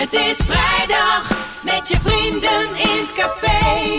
Het is vrijdag met je vrienden in het café.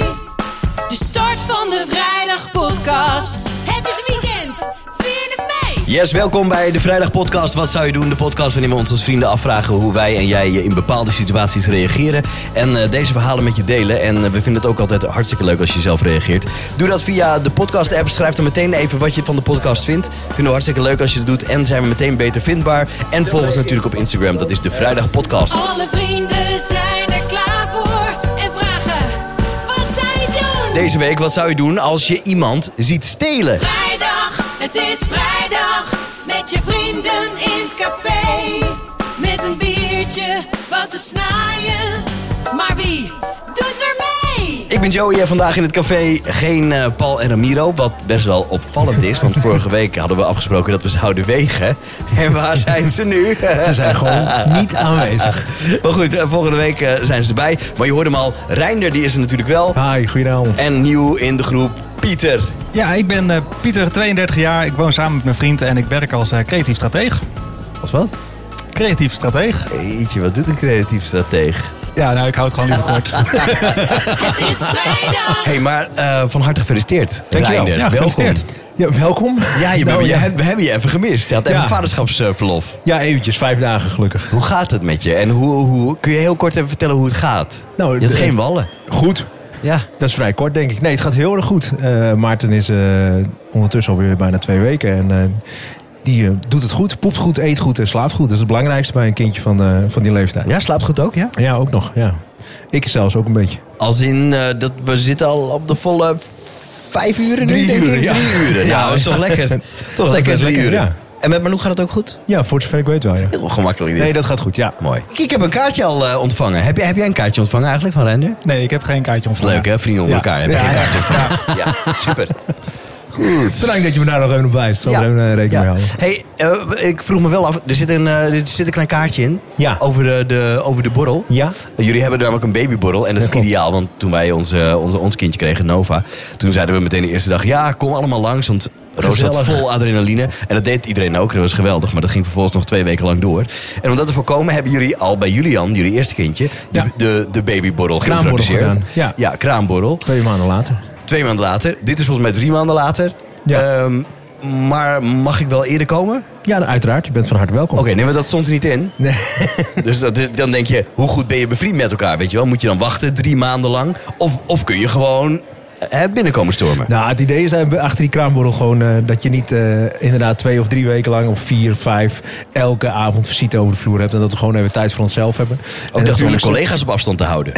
De start van de Vrijdagpodcast. Het is weekend, vier het mee. Yes, welkom bij de Vrijdagpodcast. Wat zou je doen? De podcast waarin we ons als vrienden afvragen hoe wij en jij in bepaalde situaties reageren. En deze verhalen met je delen. En we vinden het ook altijd hartstikke leuk als je zelf reageert. Doe dat via de podcast-app. Schrijf dan meteen even wat je van de podcast vindt. Vinden we hartstikke leuk als je dat doet. En zijn we meteen beter vindbaar. En volg ons natuurlijk op Instagram. Dat is de Vrijdagpodcast. Alle vrienden zijn er klaar voor. En vragen, wat zou je doen? Deze week, wat zou je doen als je iemand ziet stelen? Vrijdag, het is vrijdag. Met je vrienden in het café. Met een biertje, wat te snaaien. Maar wie doet er mee? Ik ben Joey en vandaag in het café geen Paul en Ramiro. Wat best wel opvallend is. Want vorige week hadden we afgesproken dat we zouden wegen. En waar zijn ze nu? Ze zijn gewoon niet aanwezig. Maar goed, volgende week zijn ze erbij. Maar je hoorde hem al, Reinder die is er natuurlijk wel. Hi, goedenavond. En nieuw in de groep, Pieter. Ja, ik ben Pieter, 32 jaar. Ik woon samen met mijn vriend en ik werk als creatief strateeg. Wat? Creatief strateeg? Eetje, wat doet een creatief strateeg? Ja, nou, ik hou het gewoon liever kort. Het is vrijdag. Hé, maar van harte gefeliciteerd. Dankjewel. Reinder, Ja, welkom. gefeliciteerd. Ja, welkom. Ja, we hebben je even gemist. Je had even Ja. vaderschapsverlof. Ja, eventjes, 5 dagen gelukkig. Hoe gaat het met je? En hoe kun je heel kort even vertellen hoe het gaat? Nou, Je hebt geen wallen. Goed. Ja. Dat is vrij kort, denk ik. Nee, het gaat heel erg goed. Maarten is ondertussen alweer bijna 2 weken. En die doet het goed. Poept goed, eet goed en slaapt goed. Dat is het belangrijkste bij een kindje van die leeftijd. Ja, slaapt goed ook, ja? Ja, ook nog. Ja. Ik zelfs ook een beetje. Als in, dat we zitten al op de volle 5 uren nu, 3 denk uren, ik. ja. 3 uren. Ja. Nou, dat is toch lekker. Toch Dat is lekker, best 3 uren. ja. En met Manu gaat het ook goed? Ja, voor zover ik weet wel, ja. Heel gemakkelijk dit. Nee, dat gaat goed, ja. Mooi. Ik heb een kaartje al ontvangen. Heb jij een kaartje ontvangen eigenlijk van Reinder? Nee, ik heb geen kaartje Dat is ontvangen. leuk hè, vrienden onder Ja. elkaar. Heb je Ja, geen ja. kaartje ontvangen? Ja, super. Goed. Bedankt dat je me daar nog even op wijst. Zal er even rekening mee houden. Hey, ik vroeg me wel af, er zit een klein kaartje in Ja. over de borrel. Ja? Jullie hebben namelijk een babyborrel en dat is Ja, klopt. ideaal. Want toen wij ons kindje kregen, Nova, toen zeiden we meteen de eerste dag, ja, kom allemaal langs. Want Roos zat Gezellig. vol adrenaline. En dat deed iedereen ook. Dat was geweldig. Maar dat ging vervolgens nog 2 weken lang door. En om dat te voorkomen hebben jullie al bij Julian, jullie eerste kindje, Ja. de babyborrel Kraamborrel geïntroduceerd. gedaan. Ja. Kraamborrel. 2 maanden later. 2 maanden later. Dit is volgens mij 3 maanden later. Ja. Maar mag ik wel eerder komen? Ja, uiteraard. Je bent van harte welkom. Oké, nee, maar dat stond er niet in. Nee. Dus dan denk je, hoe goed ben je bevriend met elkaar? Weet je wel? Moet je dan wachten 3 maanden lang? Of kun je gewoon binnenkomen stormen? Nou, het idee is achter die kraamborrel gewoon dat je niet inderdaad 2 of 3 weken lang of 4, 5 elke avond visite over de vloer hebt. En dat we gewoon even tijd voor onszelf hebben. Ook dacht om natuurlijk collega's op afstand te houden.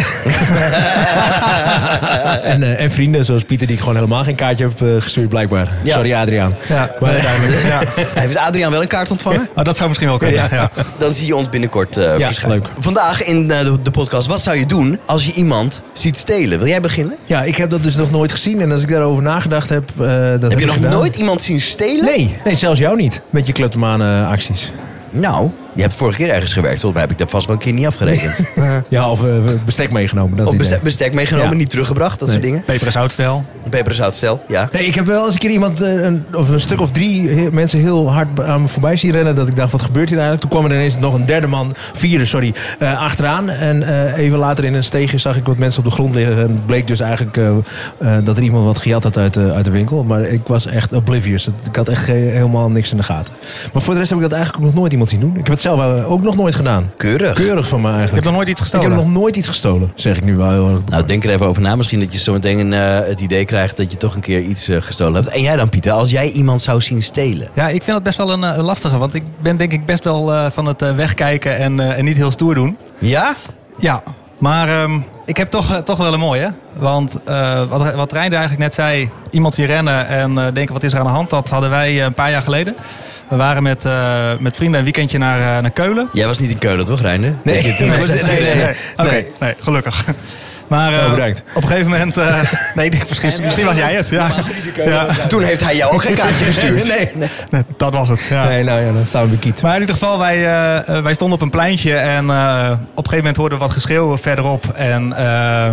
en vrienden zoals Pieter die ik gewoon helemaal geen kaartje heb gestuurd blijkbaar. Ja. Sorry Adriaan. Ja, Maar uiteindelijk. Ja. Heeft Adriaan wel een kaart ontvangen? Oh, dat zou misschien wel kunnen. Ja. Dan zie je ons binnenkort verschijnen. leuk. Vandaag in de podcast, wat zou je doen als je iemand ziet stelen? Wil jij beginnen? Ja, ik heb dat dus nog nooit gezien. En als ik daarover nagedacht heb... Heb je nog nooit iemand zien stelen? Nee, zelfs jou niet. Met je kleptomane acties. Nou, je hebt vorige keer ergens gewerkt. Volgens mij heb ik daar vast wel een keer niet afgerekend. Ja, of bestek meegenomen. Dat Of idee. bestek meegenomen, Ja. niet teruggebracht, dat soort dingen. Peper en zoutstijl. Peper en zoutstel, ja. Nee, ik heb wel eens een keer iemand, een stuk of 3 mensen heel hard aan me voorbij zien rennen. Dat ik dacht, wat gebeurt hier eigenlijk? Toen kwam er ineens nog een vierde, achteraan. En even later in een steegje zag ik wat mensen op de grond liggen. En het bleek dus eigenlijk dat er iemand wat gejat had uit de winkel. Maar ik was echt oblivious. Ik had echt helemaal niks in de gaten. Maar voor de rest heb ik dat eigenlijk ook nog nooit iemand zien doen. Ik heb het zelf ook nog nooit gedaan. Keurig. Keurig van me Je eigenlijk. hebt nog nooit iets Ik gestolen? heb nog nooit iets gestolen, zeg ik nu wel heel erg. Nou, denk er even over na. Misschien dat je zo meteen het idee krijgt dat je toch een keer iets gestolen hebt. En jij dan, Pieter, als jij iemand zou zien stelen? Ja, ik vind het best wel een lastige. Want ik ben denk ik best wel van het wegkijken en niet heel stoer doen. Ja? Ja, maar ik heb toch wel een mooie. Want wat Reinder eigenlijk net zei, iemand zien rennen en denken wat is er aan de hand, dat hadden wij een paar jaar geleden. We waren met vrienden een weekendje naar Keulen. Jij was niet in Keulen, toch, Reinder? Nee. Dat je toen Nee. was- Oké, nee, gelukkig. Maar bedankt. op een gegeven moment... nee, misschien was jij het. Ja. Ja. Toen heeft hij jou ook geen kaartje gestuurd. Nee. Nee, dat was het. Ja. Nee, nou ja, dan staan we bekiet. Maar in ieder geval, wij stonden op een pleintje en op een gegeven moment hoorden we wat geschreeuw verderop. En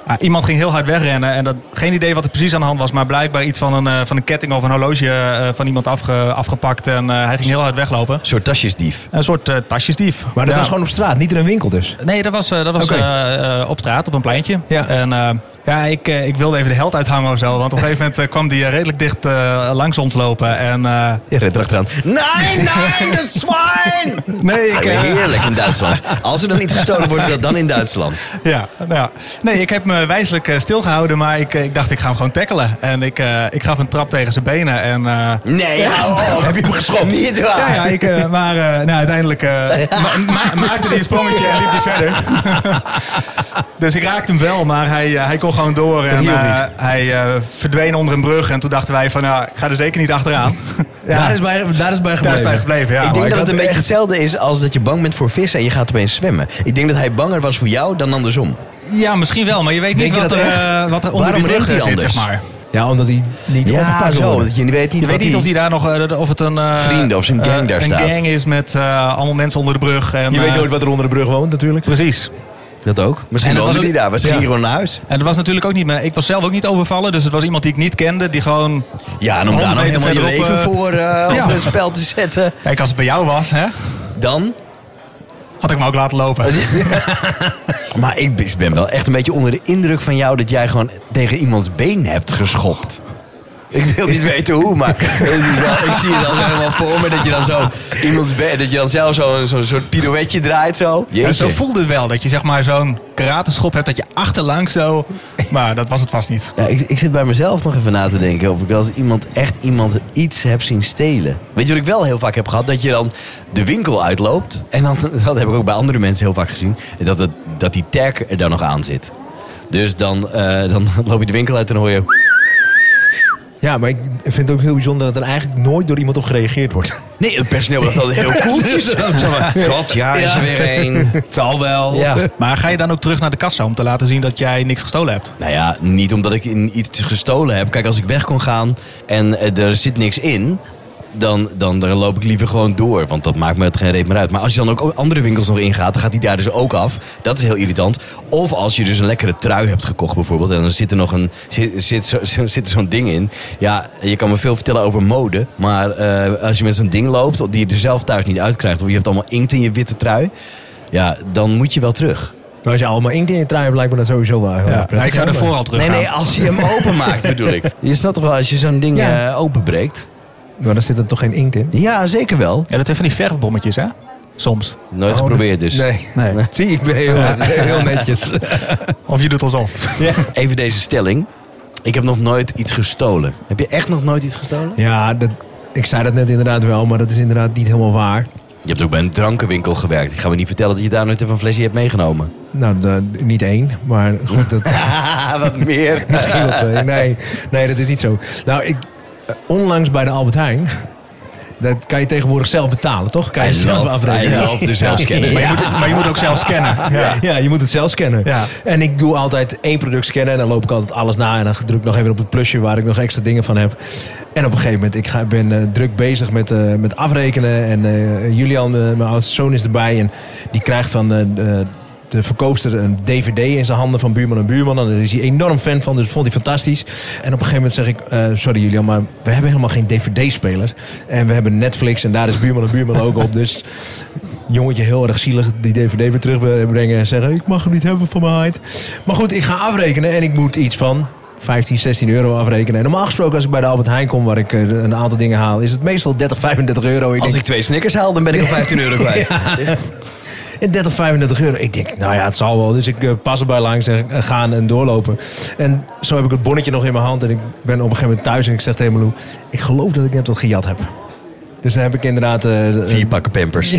Iemand ging heel hard wegrennen en geen idee wat er precies aan de hand was. Maar blijkbaar iets van een ketting of een horloge van iemand afgepakt. En hij ging heel hard weglopen. Een soort tasjesdief. Een soort tasjesdief. Maar dat was gewoon op straat, niet in een winkel dus? Nee, dat was op straat, op een pleintje. Ja. En ik wilde even de held uithangen of zo. Want op een gegeven moment kwam die redelijk dicht langs ons lopen. En, Je redt erachteraan. Nee, dat zwijn! nee, Heerlijk in Duitsland. Als er dan niet gestolen wordt, dan in Duitsland. Ja. Nee, ik heb me wijselijk stilgehouden. Maar ik dacht, ik ga hem gewoon tackelen. En ik gaf een trap tegen zijn benen. En, Nee, heb je hem geschopt? Niet waar. maar uiteindelijk maakte hij een sprongetje en liep hij verder. Dus ik raakte hem wel, maar hij kon gewoon door. En hij verdween onder een brug. En toen dachten wij van, ik ga er zeker niet achteraan. Ja. Daar is bij gebleven. Ik denk dat het een beetje hetzelfde is als dat je bang bent voor vissen en je gaat opeens zwemmen. Ik denk dat hij banger was voor jou dan andersom. Ja, misschien wel, maar je weet niet wat er onder die brug zit, anders? zeg maar. Ja, omdat hij niet opgepakt zo. wordt. Je weet niet of hij daar nog, of het een vrienden of zijn gang daar staat. Een gang is met allemaal mensen onder de brug. En, Je weet nooit wat er onder de brug woont natuurlijk. Precies. Dat ook. Misschien woonde die daar. Misschien gewoon naar huis. En dat was natuurlijk ook niet meer. Ik was zelf ook niet overvallen, dus het was iemand die ik niet kende, die gewoon. Ja, en om daar nog helemaal je leven voor op een spel te zetten. Kijk, als het bij jou was, hè? Dan had ik me ook laten lopen. Maar ik ben wel echt een beetje onder de indruk van jou dat jij gewoon tegen iemands been hebt geschopt. Ik wil niet weten hoe, maar ik zie het dan helemaal voor me dat je dan zo iemands been, dat je dan zelf zo'n soort pirouetje draait zo. Ja, zo voelde het wel, dat je zeg maar zo'n karateschop hebt, dat je achterlangs zo. Maar dat was het vast niet. Ja, ik zit bij mezelf nog even na te denken of ik wel eens iemand iets heb zien stelen. Weet je wat ik wel heel vaak heb gehad? Dat je dan de winkel uitloopt. En dan, dat heb ik ook bij andere mensen heel vaak gezien. Dat die tag er dan nog aan zit. Dus dan loop je de winkel uit en dan hoor je. Ja, maar ik vind het ook heel bijzonder dat er eigenlijk nooit door iemand op gereageerd wordt. Nee, het personeel was altijd heel koeltjes. God, ja, is er weer één. Het zal wel. Ja. Maar ga je dan ook terug naar de kassa om te laten zien dat jij niks gestolen hebt? Nou ja, niet omdat ik iets gestolen heb. Kijk, als ik weg kon gaan en er zit niks in, dan loop ik liever gewoon door. Want dat maakt me het geen reet meer uit. Maar als je dan ook andere winkels nog ingaat, dan gaat die daar dus ook af. Dat is heel irritant. Of als je dus een lekkere trui hebt gekocht bijvoorbeeld. En dan zit er nog zit zo'n ding in. Ja, je kan me veel vertellen over mode. Maar als je met zo'n ding loopt, die je er zelf thuis niet uitkrijgt. Of je hebt allemaal inkt in je witte trui. Ja, dan moet je wel terug. Maar als je allemaal inkt in je trui hebt, lijkt me dat sowieso wel heel erg prettig. Ik zou er vooral terug gaan. Nee, als je hem openmaakt bedoel ik. Je snapt toch wel, als je zo'n ding openbreekt. Maar daar zit er toch geen inkt in? Ja, zeker wel. Ja, dat heeft van die verfbommetjes, hè? Soms. Nooit geprobeerd dus. Nee. Zie, ik ben heel netjes. Of je doet alsof. Ja. Even deze stelling. Ik heb nog nooit iets gestolen. Heb je echt nog nooit iets gestolen? Ja, ik zei dat net inderdaad wel, maar dat is inderdaad niet helemaal waar. Je hebt ook bij een drankenwinkel gewerkt. Ik ga me niet vertellen dat je daar nooit even een flesje hebt meegenomen. Nou, niet één, maar goed. Dat, Wat meer. misschien wel twee. Nee, dat is niet zo. Nou, onlangs bij de Albert Heijn. Dat kan je tegenwoordig zelf betalen, toch? Kan je zelf afrekenen. Hij de zelf scannen. Maar je moet ook zelf scannen. Ja, je moet het zelf scannen. Ja. En ik doe altijd 1 product scannen. En dan loop ik altijd alles na. En dan druk ik nog even op het plusje waar ik nog extra dingen van heb. En op een gegeven moment, ik ben druk bezig met afrekenen. En Julian, mijn oudste zoon, is erbij. En die krijgt van de verkoopster een DVD in zijn handen van Buurman en Buurman. En daar is hij enorm fan van, dus dat vond hij fantastisch. En op een gegeven moment zeg ik, sorry Julian, maar we hebben helemaal geen DVD-speler. En we hebben Netflix en daar is Buurman en Buurman ook op. Dus jongetje heel erg zielig die DVD weer terugbrengen en zeggen, ik mag hem niet hebben van mijn height. Maar goed, ik ga afrekenen en ik moet iets van 15, 16 euro afrekenen. En normaal gesproken als ik bij de Albert Heijn kom, waar ik een aantal dingen haal, is het meestal 30, 35 euro. Als ik 2 Snickers haal, dan ben ik al 15 euro kwijt. Ja. En 30, 35 euro. Ik denk, nou ja, het zal wel. Dus ik pas erbij langs en gaan en doorlopen. En zo heb ik het bonnetje nog in mijn hand. En ik ben op een gegeven moment thuis en ik zeg tegen Malou, ik geloof dat ik net wat gejat heb. Dus dan heb ik inderdaad 4 pakken Pampers.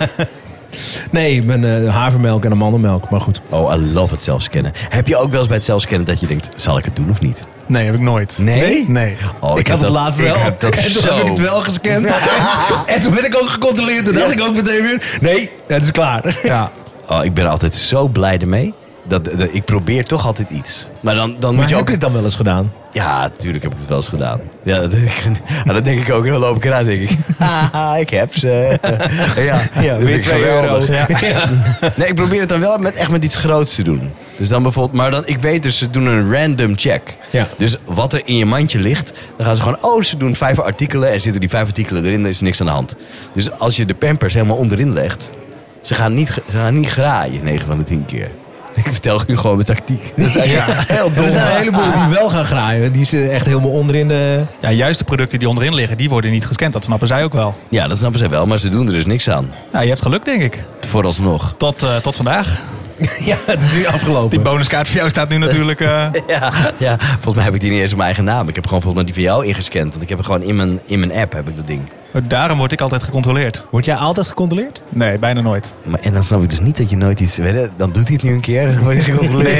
Nee, mijn havermelk en amandelmelk. Maar goed. Oh, I love het zelfscannen. Heb je ook wel eens bij het zelfscannen dat je denkt, zal ik het doen of niet? Nee, heb ik nooit. Nee? Nee. Oh, ik heb het laatst wel. En toen heb ik het wel gescand. En toen ben ik ook gecontroleerd. Toen dacht ik ook meteen weer, nee, het is klaar. Ja. Oh, ik ben altijd zo blij ermee. Ik probeer toch altijd iets. Maar dan Maar moet je heb ook... je het dan wel eens gedaan? Ja, tuurlijk heb ik het wel eens gedaan. Ja, dat denk ik ook. En dan loop ik eruit, denk ik. Haha, ik heb ze. Ja, weer 2 euro. Ja. Nee, ik probeer het dan wel echt met iets groots te doen. Dus dan bijvoorbeeld... Maar dan, ik weet dus, ze doen een random check. Ja. Dus wat er in je mandje ligt... Dan gaan ze gewoon... ze doen 5 artikelen... En zitten die 5 artikelen erin, dan is er niks aan de hand. Dus als je de Pampers helemaal onderin legt... Ze gaan niet graaien 9 van de 10 keer. Ik vertel u gewoon mijn tactiek. Dat is eigenlijk heel dom. Er zijn een heleboel die wel gaan graaien. Die zitten echt helemaal onderin de... Ja, juist de producten die onderin liggen, die worden niet gescand. Dat snappen zij ook wel. Ja, dat snappen zij wel, maar ze doen er dus niks aan. Nou, je hebt geluk, denk ik. Vooralsnog. Tot vandaag. Ja, het is nu afgelopen. Die bonuskaart voor jou staat nu natuurlijk... Ja, volgens mij heb ik die niet eens op mijn eigen naam. Ik heb gewoon volgens mij die van jou ingescand. Want ik heb het gewoon in mijn app, heb ik dat ding. Daarom word ik altijd gecontroleerd. Word jij altijd gecontroleerd? Nee, bijna nooit. Maar, en dan snap ik dus niet dat je nooit iets... Weet je, dan doet hij het nu een keer en dan word je gecontroleerd.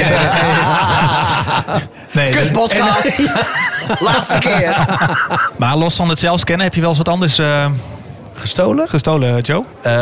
Nee. Kutpodcast! Laatste keer! Maar los van het zelfscannen, heb je wel eens wat anders gestolen, Joe?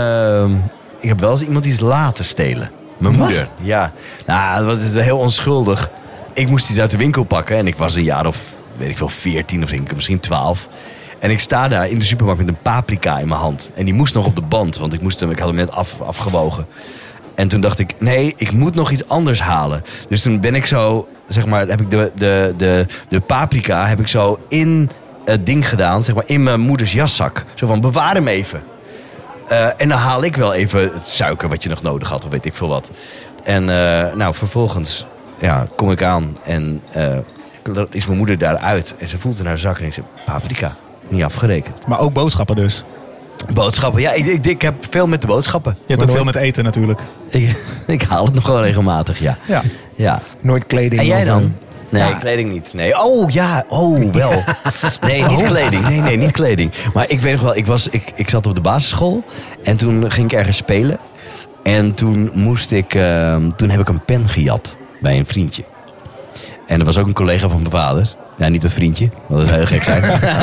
Ik heb wel eens iemand iets laten stelen. Mijn moeder. Ja. Nou, dat was heel onschuldig. Ik moest iets uit de winkel pakken en ik was een jaar of, weet ik veel, 14 of misschien 12. En ik sta daar in de supermarkt met een paprika in mijn hand. En die moest nog op de band, want ik had hem net afgewogen. En toen dacht ik, nee, ik moet nog iets anders halen. Dus toen ben ik zo, zeg maar, heb ik de paprika heb ik zo in het ding gedaan, zeg maar, in mijn moeders jaszak. Zo van, bewaar hem even. En dan haal ik wel even het suiker wat je nog nodig had, of weet ik veel wat. En vervolgens kom ik aan en is mijn moeder daaruit. En ze voelt in haar zak en ik zeg, paprika, niet afgerekend. Maar ook boodschappen dus. Boodschappen, ja, ik heb veel met de boodschappen. Je hebt ook veel met eten natuurlijk. Ik haal het nog wel regelmatig, ja. Nooit kleding. En jij dan? Nee, Ja. kleding niet. Nee. Oh, ja. Oh, wel. Nee, niet kleding. Nee, niet kleding. Maar ik weet nog wel, ik zat op de basisschool. En toen ging ik ergens spelen. En toen toen heb ik een pen gejat bij een vriendje. En dat was ook een collega van mijn vader. Ja, niet dat vriendje, want dat zou heel gek zijn.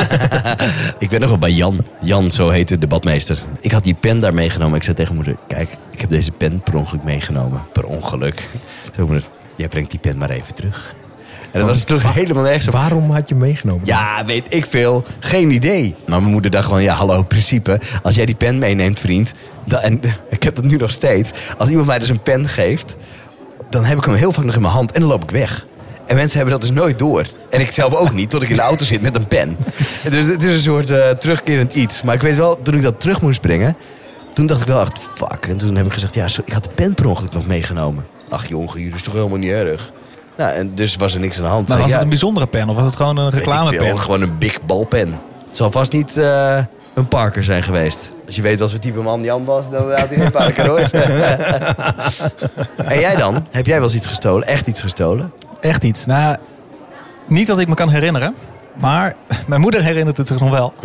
Ik ben nog wel bij Jan. Jan, zo heette de badmeester. Ik had die pen daar meegenomen. Ik zei tegen moeder, kijk, ik heb deze pen per ongeluk meegenomen. Per ongeluk. Zo, moeder, jij brengt die pen maar even terug. En dat was terug helemaal nergens op. Waarom had je meegenomen? Ja, weet ik veel. Geen idee. Maar mijn moeder dacht gewoon, ja, hallo, principe. Als jij die pen meeneemt, vriend. En ik heb dat nu nog steeds. Als iemand mij dus een pen geeft, dan heb ik hem heel vaak nog in mijn hand. En dan loop ik weg. En mensen hebben dat dus nooit door. En ik zelf ook niet, tot ik in de auto zit met een pen. Dus het is een soort terugkerend iets. Maar ik weet wel, toen ik dat terug moest brengen, toen dacht ik wel echt, fuck. En toen heb ik gezegd, ja, ik had de pen per ongeluk nog meegenomen. Ach jongen, hier is toch helemaal niet erg. Nou, en dus was er niks aan de hand. Maar was het een bijzondere pen of was het gewoon een reclamepen? Gewoon een big balpen. Het zal vast niet een Parker zijn geweest. Als je weet wat voor type man Jan was, dan had hij geen Parker hoor. En jij dan? Heb jij wel eens iets gestolen? Echt iets gestolen? Echt iets. Nou, niet dat ik me kan herinneren. Maar mijn moeder herinnert het zich nog wel.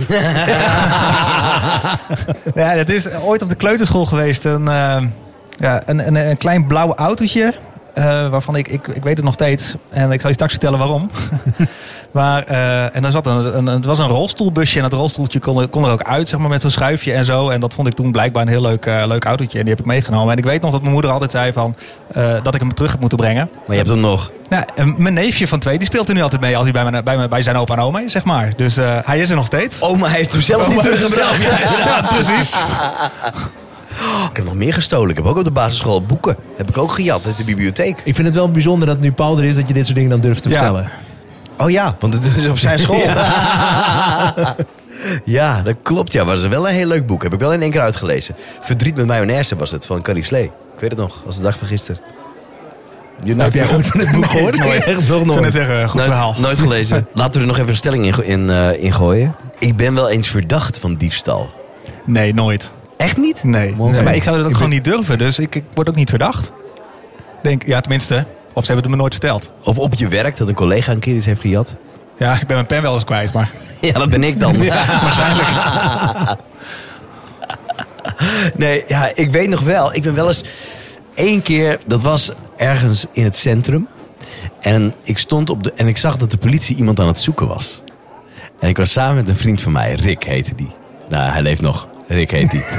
Ja, het is ooit op de kleuterschool geweest. Een klein blauw autootje. Waarvan ik weet het nog steeds. En ik zal je straks vertellen waarom. Maar, en er zat het was een rolstoelbusje. En dat rolstoeltje kon er ook uit, zeg maar, met zo'n schuifje en zo. En dat vond ik toen blijkbaar een heel leuk autootje. En die heb ik meegenomen. En ik weet nog dat mijn moeder altijd zei van, dat ik hem terug heb moeten brengen. Maar je hebt hem nog. Nou, mijn neefje van 2, die speelt er nu altijd mee als hij bij zijn opa en oma is, zeg maar. Dus hij is er nog steeds. Oma heeft hem zelf niet teruggebracht. Ja, precies. Ik heb nog meer gestolen. Ik heb ook op de basisschool boeken. Heb ik ook gejat uit de bibliotheek. Ik vind het wel bijzonder dat nu Paul er is dat je dit soort dingen dan durft te vertellen. Oh ja, want het is op zijn school. Ja, dat klopt. Ja, maar dat is wel een heel leuk boek. Heb ik wel in 1 keer uitgelezen. Verdriet met mayonaise was het, van Carrie Slee. Ik weet het nog, als de dag van gisteren. Heb jij ooit van het boek gehoord? Nooit. Echt nog Ik zou nooit. net zeggen, goed verhaal. Nooit gelezen. Laten we er nog even een stelling in gooien. Ik ben wel eens verdacht van diefstal. Nee, nooit. Echt niet? Nee. Nee. Maar ik zou dat ook gewoon niet durven. Dus ik word ook niet verdacht. Denk, ja, tenminste. Of ze hebben het me nooit verteld. Of op je werk, dat een collega een keer iets heeft gejat. Ja, ik ben mijn pen wel eens kwijt, maar... Ja, dat ben ik dan. Waarschijnlijk. Nee, ja, ik weet nog wel. Ik ben wel eens 1 keer, dat was ergens in het centrum. En ik stond en ik zag dat de politie iemand aan het zoeken was. En ik was samen met een vriend van mij, Rick heette die. Nou, hij leeft nog. Rick heet hij.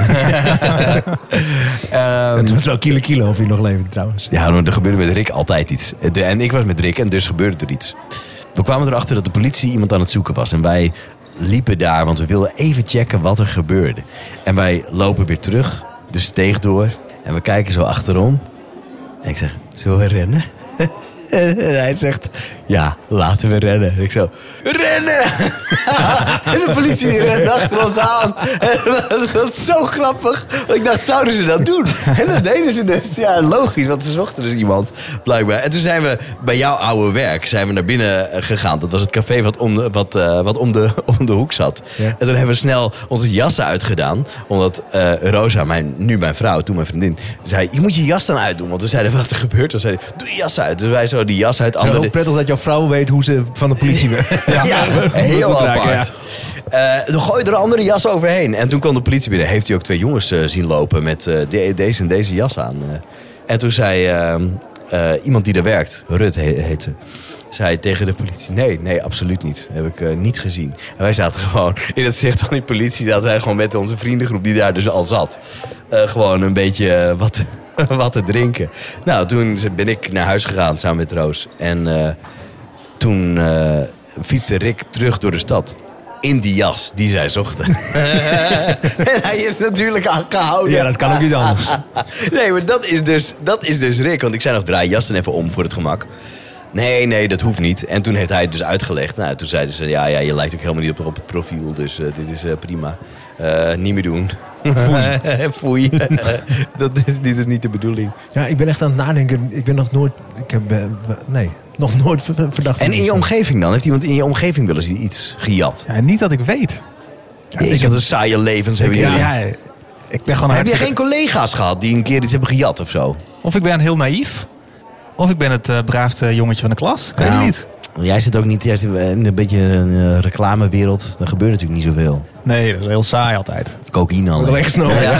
Het was wel kilo of hij nog leeft trouwens. Ja, er gebeurde met Rick altijd iets. En ik was met Rick en dus gebeurde er iets. We kwamen erachter dat de politie iemand aan het zoeken was. En wij liepen daar, want we wilden even checken wat er gebeurde. En wij lopen weer terug, de steeg door. En we kijken zo achterom. En ik zeg, zullen we rennen? En hij zegt, ja, laten we rennen. En ik zo, rennen! En de politie rent achter ons aan. En dat is zo grappig. Want ik dacht, zouden ze dat doen? En dat deden ze dus. Ja, logisch, want ze zochten dus iemand, blijkbaar. En toen zijn we bij jouw oude werk naar binnen gegaan. Dat was het café wat om de hoek zat. Ja. En toen hebben we snel onze jassen uitgedaan. Omdat Rosa, nu mijn vrouw, toen mijn vriendin, zei, je moet je jas dan uitdoen. Want we zeiden, wat er gebeurt. Toen zei hij, doe je jas uit. Dus wij zo die jas uit. Het is ook prettig dat jouw vrouw weet hoe ze van de politie werkt. Ja, heel apart. Toen gooi je er een andere jas overheen. En toen kwam de politie binnen. Heeft hij ook 2 jongens zien lopen met deze en deze jas aan. En toen zei iemand die daar werkt, Rut heet ze, zei tegen de politie, nee, absoluut niet. Heb ik niet gezien. En wij zaten gewoon in het zicht van die politie. Zaten wij gewoon met onze vriendengroep die daar dus al zat. Gewoon een beetje wat te drinken. Nou, toen ben ik naar huis gegaan samen met Roos. En toen fietste Rick terug door de stad. In die jas die zij zochten. En hij is natuurlijk aangehouden. Ja, dat kan ook niet anders. Nee, maar dat is dus Rick. Want ik zei nog, draai je jas dan even om voor het gemak. Nee, dat hoeft niet. En toen heeft hij het dus uitgelegd. Nou, toen zeiden ze, ja, je lijkt ook helemaal niet op het profiel. Dus dit is prima. Niet meer doen. Foei. Dit is niet de bedoeling. Ja, ik ben echt aan het nadenken. Ik ben nog nooit... nog nooit verdacht. En in je omgeving dan? Heeft iemand in je omgeving wel eens iets gejat? Ja, niet dat ik weet. Ja, ik had een saaie levens hebben jullie. Ja, ik ben gewoon heb je geen collega's gehad die een keer iets hebben gejat of zo? Of ik ben heel naïef. Of ik ben het braafste jongetje van de klas. Ik weet het niet. Jij zit ook niet in een beetje een reclamewereld. Daar gebeurt natuurlijk niet zoveel. Nee, dat is heel saai altijd. Cocaïne al. Wel echt snel. Ja.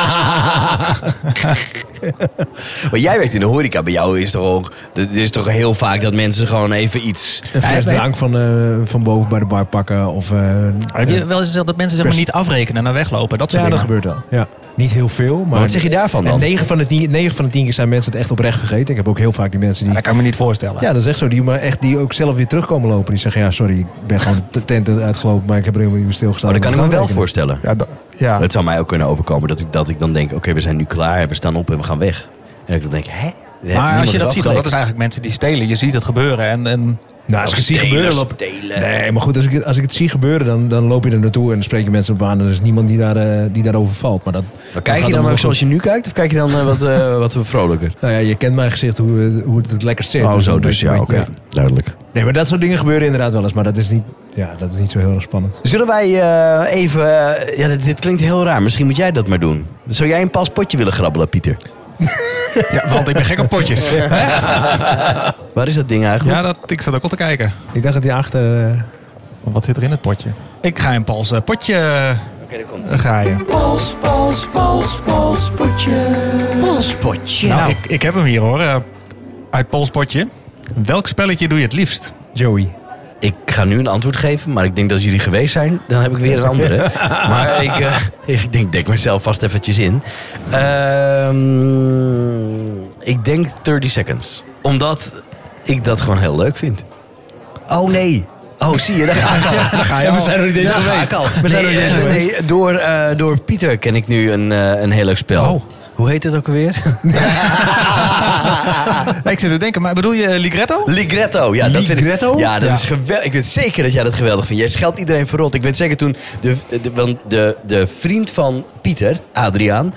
Maar jij werkt in de horeca. Bij jou is het toch heel vaak dat mensen gewoon even iets... Een fles drank van boven bij de bar pakken. Of, heb je wel eens gezegd dat mensen zeg maar niet afrekenen en dan weglopen? Dat soort dingen. Dat gebeurt wel. Ja. Niet heel veel. Maar wat zeg je daarvan dan? 9 van de 10 keer zijn mensen het echt oprecht vergeten. Ik heb ook heel vaak die mensen die... Dat kan ik me niet voorstellen. Ja, dat is echt zo. Die ook zelf weer terugkomen lopen. Die zeggen, ja, sorry, ik ben gewoon de tent uitgelopen, maar ik heb er helemaal niet meer stilgestaan. Maar dat kan ik me wel voorstellen. Ja. Het zou mij ook kunnen overkomen dat ik dan denk, oké, we zijn nu klaar, we staan op en we gaan weg. En ik dan denk, Maar als je dat ziet, dat is eigenlijk mensen die stelen. Je ziet het gebeuren en nou, als ik het zie gebeuren... Nee, maar goed, als ik het zie gebeuren, dan loop je er naartoe en dan spreek je mensen op aan. Er is niemand die daarover valt. Maar kijk je dan ook zoals je nu kijkt? Of kijk je dan wat vrolijker? Nou ja, je kent mijn gezicht, hoe het lekkerst zit. Oh, zo dus, ja, oké. Duidelijk. Nee, maar dat soort dingen gebeuren inderdaad wel eens. Maar dat is niet zo heel erg spannend. Zullen wij even... dit klinkt heel raar. Misschien moet jij dat maar doen. Zou jij een pas potje willen grabbelen, Pieter? Ja, want ik ben gek op potjes. Waar is dat ding eigenlijk? Ja, ik zat ook al te kijken. Ik dacht dat hij achter... Wat zit er in het potje? Ik ga een Pals potje graaien. Pals, potje. Pals, potje. Nou, ik heb hem hier hoor. Uit Pals potje. Welk spelletje doe je het liefst? Joey. Ik ga nu een antwoord geven, maar ik denk dat als jullie geweest zijn, dan heb ik weer een andere. Maar ik denk mezelf vast eventjes in. Ik denk 30 seconds. Omdat ik dat gewoon heel leuk vind. Oh nee. Oh, zie je, daar ga ik al. We zijn nog niet eens geweest. Door Pieter ken ik nu een heel leuk spel. Oh. Hoe heet het ook alweer? Ik zit te denken, maar bedoel je Ligretto? Ligretto, ja. Ligretto? Dat is geweldig. Ik weet zeker dat jij dat geweldig vindt. Jij scheldt iedereen verrot. Ik weet zeker toen de vriend van Pieter, Adriaan,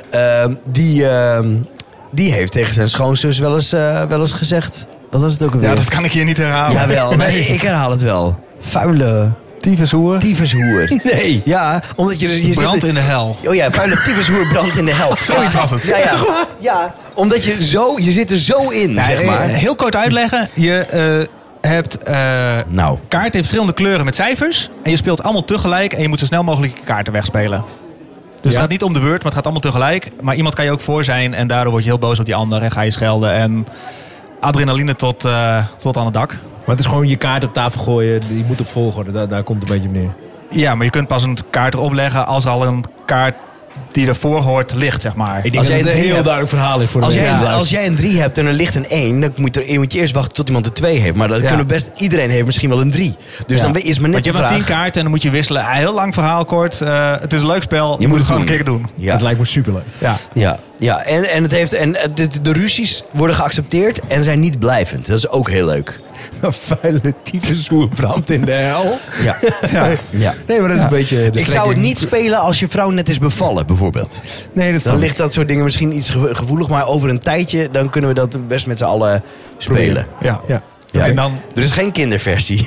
die heeft tegen zijn schoonzus wel eens gezegd. Wat was het ook alweer? Ja, dat kan ik hier niet herhalen. Jawel, nee, ik herhaal het wel. Vuile... Tyfushoer? Nee. Ja, omdat je brand in de hel. Oh ja, vuile tyfushoer, brand in de hel. Zoiets was het. Ja, omdat je zit er zo in, zeg maar. Heel kort uitleggen. Je hebt kaarten in verschillende kleuren met cijfers. En je speelt allemaal tegelijk. En je moet zo snel mogelijk je kaarten wegspelen. Dus het gaat niet om de beurt, maar het gaat allemaal tegelijk. Maar iemand kan je ook voor zijn. En daardoor word je heel boos op die ander. En ga je schelden. En adrenaline tot aan het dak. Maar het is gewoon je kaart op tafel gooien. Die moet op volgorde. Daar komt het een beetje op neer. Ja, maar je kunt pas een kaart erop leggen als er al een kaart die ervoor hoort ligt, zeg maar. Ik denk Als dat jij het een een 3 heel hebt- duidelijk verhaal is voor de mensen. Als jij een 3 hebt en er ligt een 1, dan moet je eerst wachten tot iemand een 2 heeft. Maar dat kunnen best, iedereen heeft misschien wel een 3. Dus dan is maar net Want je de hebt vraag. maar 10 kaarten en dan moet je wisselen. Heel lang verhaal kort. Het is een leuk spel. Je moet het gewoon een keer doen. Ja. Het lijkt me superleuk. Ja. Ja. En de ruzies worden geaccepteerd en zijn niet blijvend. Dat is ook heel leuk. Een vuile tyfushoer brandt in de hel. Ja. Ja. Nee, maar dat is een beetje de Ik zou het strekking. niet spelen als je vrouw net is bevallen, bijvoorbeeld. Nee, dat Dan ligt dat soort dingen misschien iets gevoelig, maar over een tijdje dan kunnen we dat best met z'n allen spelen. Ja. Ja. Ja. En dan... Er is geen kinderversie.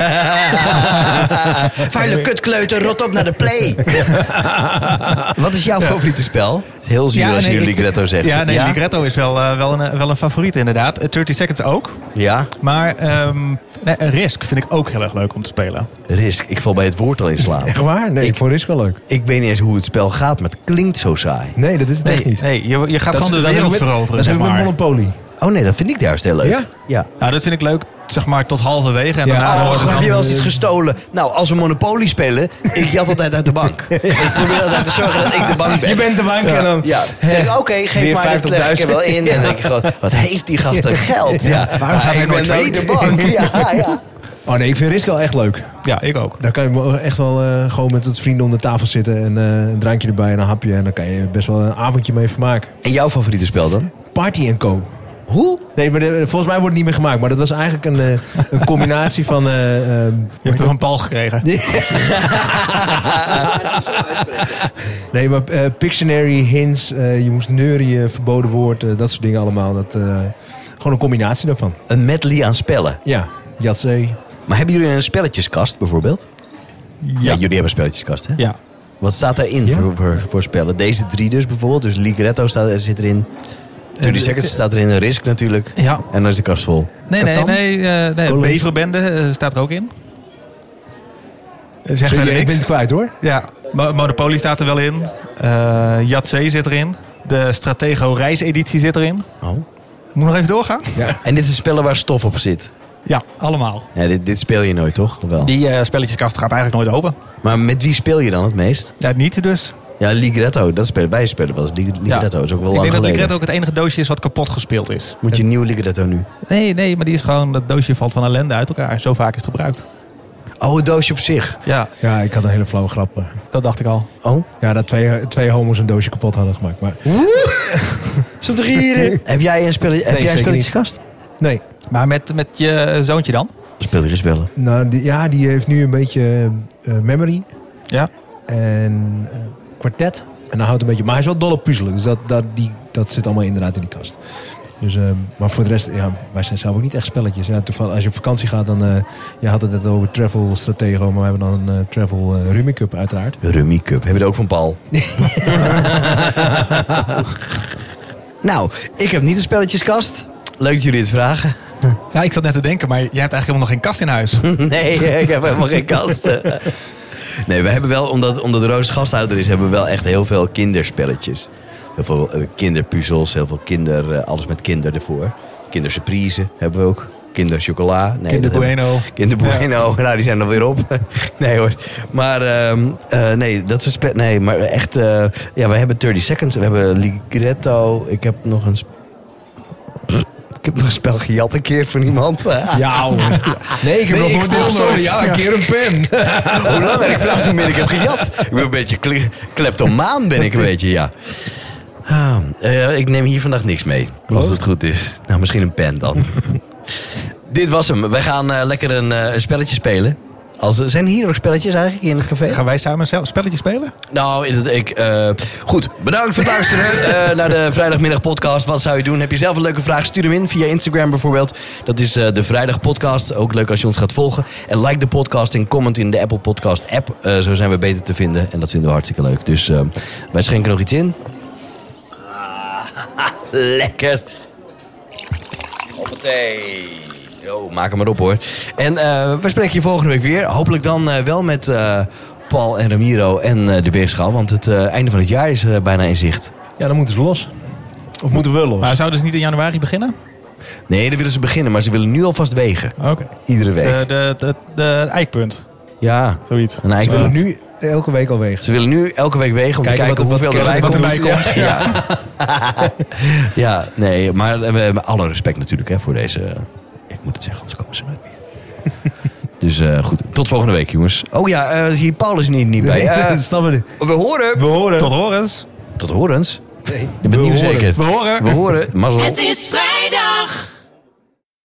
Vuile kutkleuter, rot op naar de play. Wat is jouw favoriete spel? Het is heel zuur als je nu Ligretto zegt. Ja, nee, Ligretto is wel een favoriet inderdaad. 30 Seconds ook. Ja, Maar Risk vind ik ook heel erg leuk om te spelen. Risk. Ik val bij het woord al in slaap. Echt waar? Nee, ik vond Risk wel leuk. Ik weet niet eens hoe het spel gaat, maar het klinkt zo saai. Nee, dat is het echt niet. Nee, je gaat Dat gewoon is- de dat wereld heb ik met- veroveren, Dat zeg heb ik met maar. Monopoly. Oh nee, dat vind ik juist heel leuk. Ja? Ja. Nou, dat vind ik leuk, zeg maar, tot halverwege. En Ja. daarna wordt het Heb dan... je wel eens iets gestolen? Nou, als we Monopoly spelen, ik jat altijd uit de bank. Ik probeer altijd te zorgen dat ik de bank ben. Je bent de bank en dan... Ja, zeg ik, oké, geef Weer maar, dat leg ik er wel in. En dan denk ik gewoon, wat heeft die gast een geld? Ja, waarom gaat hij ik nooit ben ook failliet? de bank. Ja. Oh nee, ik vind Risk wel echt leuk. Ja, ik ook. Daar kan je echt wel gewoon met wat vrienden om de tafel zitten. En een drankje erbij en een hapje. En dan kan je best wel een avondje mee vermaken. En jouw favoriete spel dan? Party & Co. Hoe? Nee, maar volgens mij wordt het niet meer gemaakt. Maar dat was eigenlijk een combinatie van... Je hebt toch een pal gekregen? Nee, maar Pictionary, hints, je moest neurien, verboden woord, dat soort dingen allemaal. Gewoon een combinatie daarvan. Een medley aan spellen. Ja, Yatzee. Maar hebben jullie een spelletjeskast bijvoorbeeld? Ja, jullie hebben een spelletjeskast, hè? Ja. Wat staat daarin Ja. voor spellen? Deze 3 dus bijvoorbeeld. Dus Ligretto zit erin. 30 Seconds staat erin. Risk natuurlijk. Ja. En dan is de kast vol. Nee, Catan? nee. College? Beverbende staat er ook in. Zeg Sorry, verder ik ben niks. het kwijt hoor. Ja, Monopoly staat er wel in. Yatzee zit erin. De Stratego reiseditie zit erin. Oh. Moet nog even doorgaan? En dit zijn spellen waar stof op zit. Ja, allemaal. Ja, dit speel je nooit, toch? Of wel? Die spelletjeskast gaat eigenlijk nooit open. Maar met wie speel je dan het meest? Ja, niet dus. Ja, Ligretto. Dat spelen wij spelen wel eens. Ligretto is ook wel Ik lang denk dat geleden. Ligretto ook het enige doosje is wat kapot gespeeld is. Moet je een nieuw Ligretto nu? Nee, maar die is gewoon... Dat doosje valt van ellende uit elkaar. Zo vaak is het gebruikt. Oh, het doosje op zich. Ja, Ja, ik had een hele flauwe grap. dat dacht ik al. Oh. Ja, dat twee homo's een doosje kapot hadden gemaakt. Maar Zo te gieren. Heb jij een spelletje? Heb jij een zeker spelletjeskast? nee. Maar met je zoontje dan? Speel je geen spellen? Nou, die heeft nu een beetje memory Ja. en kwartet. En dan houdt een beetje... Maar hij is wel dol op puzzelen. Dus dat zit allemaal inderdaad in die kast. Dus, maar voor de rest, ja, wij zijn zelf ook niet echt spelletjes. Ja, toevallig, als je op vakantie gaat, dan... je had het net over Travel Stratego, maar we hebben dan een Travel Rummy Cup uiteraard. Rummy Cup. Heb je er ook van Paul? Nou, ik heb niet een spelletjeskast. Leuk dat jullie het vragen. Ja, ik zat net te denken, maar jij hebt eigenlijk helemaal nog geen kast in huis. Nee, ik heb helemaal geen kast. Nee, we hebben wel, omdat Roos gasthouder is, hebben we wel echt heel veel kinderspelletjes. Heel veel kinderpuzzels, heel veel alles met kinder ervoor. Kindersurprise hebben we ook. Kinderchocola. Nee, Kinder Bueno. Kinder Bueno. Nou, die zijn er weer op. Nee hoor. Maar nee, dat is nee, maar echt... ja, we hebben 30 Seconds. We hebben Ligretto. Ik heb nog een... Ik heb nog een spel gejat een keer van iemand. Ja, nee, ik heb nog ik nooit stilstond. gestolen. Ja, een keer een pen. Hoe langer ik praat, hoe meer ik heb gejat. Ik ben een beetje kleptomaan, ben ik een beetje, ja. Ik neem hier vandaag niks mee, als het goed is. Nou, misschien een pen dan. Dit was hem. Wij gaan lekker een spelletje spelen. Zijn hier nog spelletjes eigenlijk in het café? Gaan wij samen een spelletje spelen? Nou, goed. Bedankt voor het luisteren naar de Vrijdagmiddag podcast. Wat zou je doen? Heb je zelf een leuke vraag? Stuur hem in via Instagram bijvoorbeeld. Dat is de Vrijdag podcast. Ook leuk als je ons gaat volgen. En like de podcast en comment in de Apple Podcast app. Zo zijn we beter te vinden. En dat vinden we hartstikke leuk. Dus wij schenken nog iets in. Lekker. Hoppatee. Yo, maak hem maar op hoor. En we spreken je volgende week weer. Hopelijk dan wel met Paul en Ramiro en de weegschaal. Want het einde van het jaar is bijna in zicht. Ja, dan moeten ze los. Of moeten we los? Maar zouden ze niet in januari beginnen? Nee, dan willen ze beginnen. Maar ze willen nu alvast wegen. Oké. Iedere week. De eikpunt. Ja. Zoiets. Nou, ik Ze wil willen nu elke week al wegen. Ze willen nu elke week wegen om te kijken hoeveel erbij komt. Ja. Ja, nee, maar we hebben alle respect natuurlijk hè, voor deze... Ik moet het zeggen, anders komen ze nooit meer. Dus goed, tot volgende week jongens. Oh ja, hier Paul is niet bij. Dat snappen we niet. We horen. Tot horens. Tot horens. Nee. Je bent nieuw zeker. We horen. We horen. Mazzel. Het is vrijdag.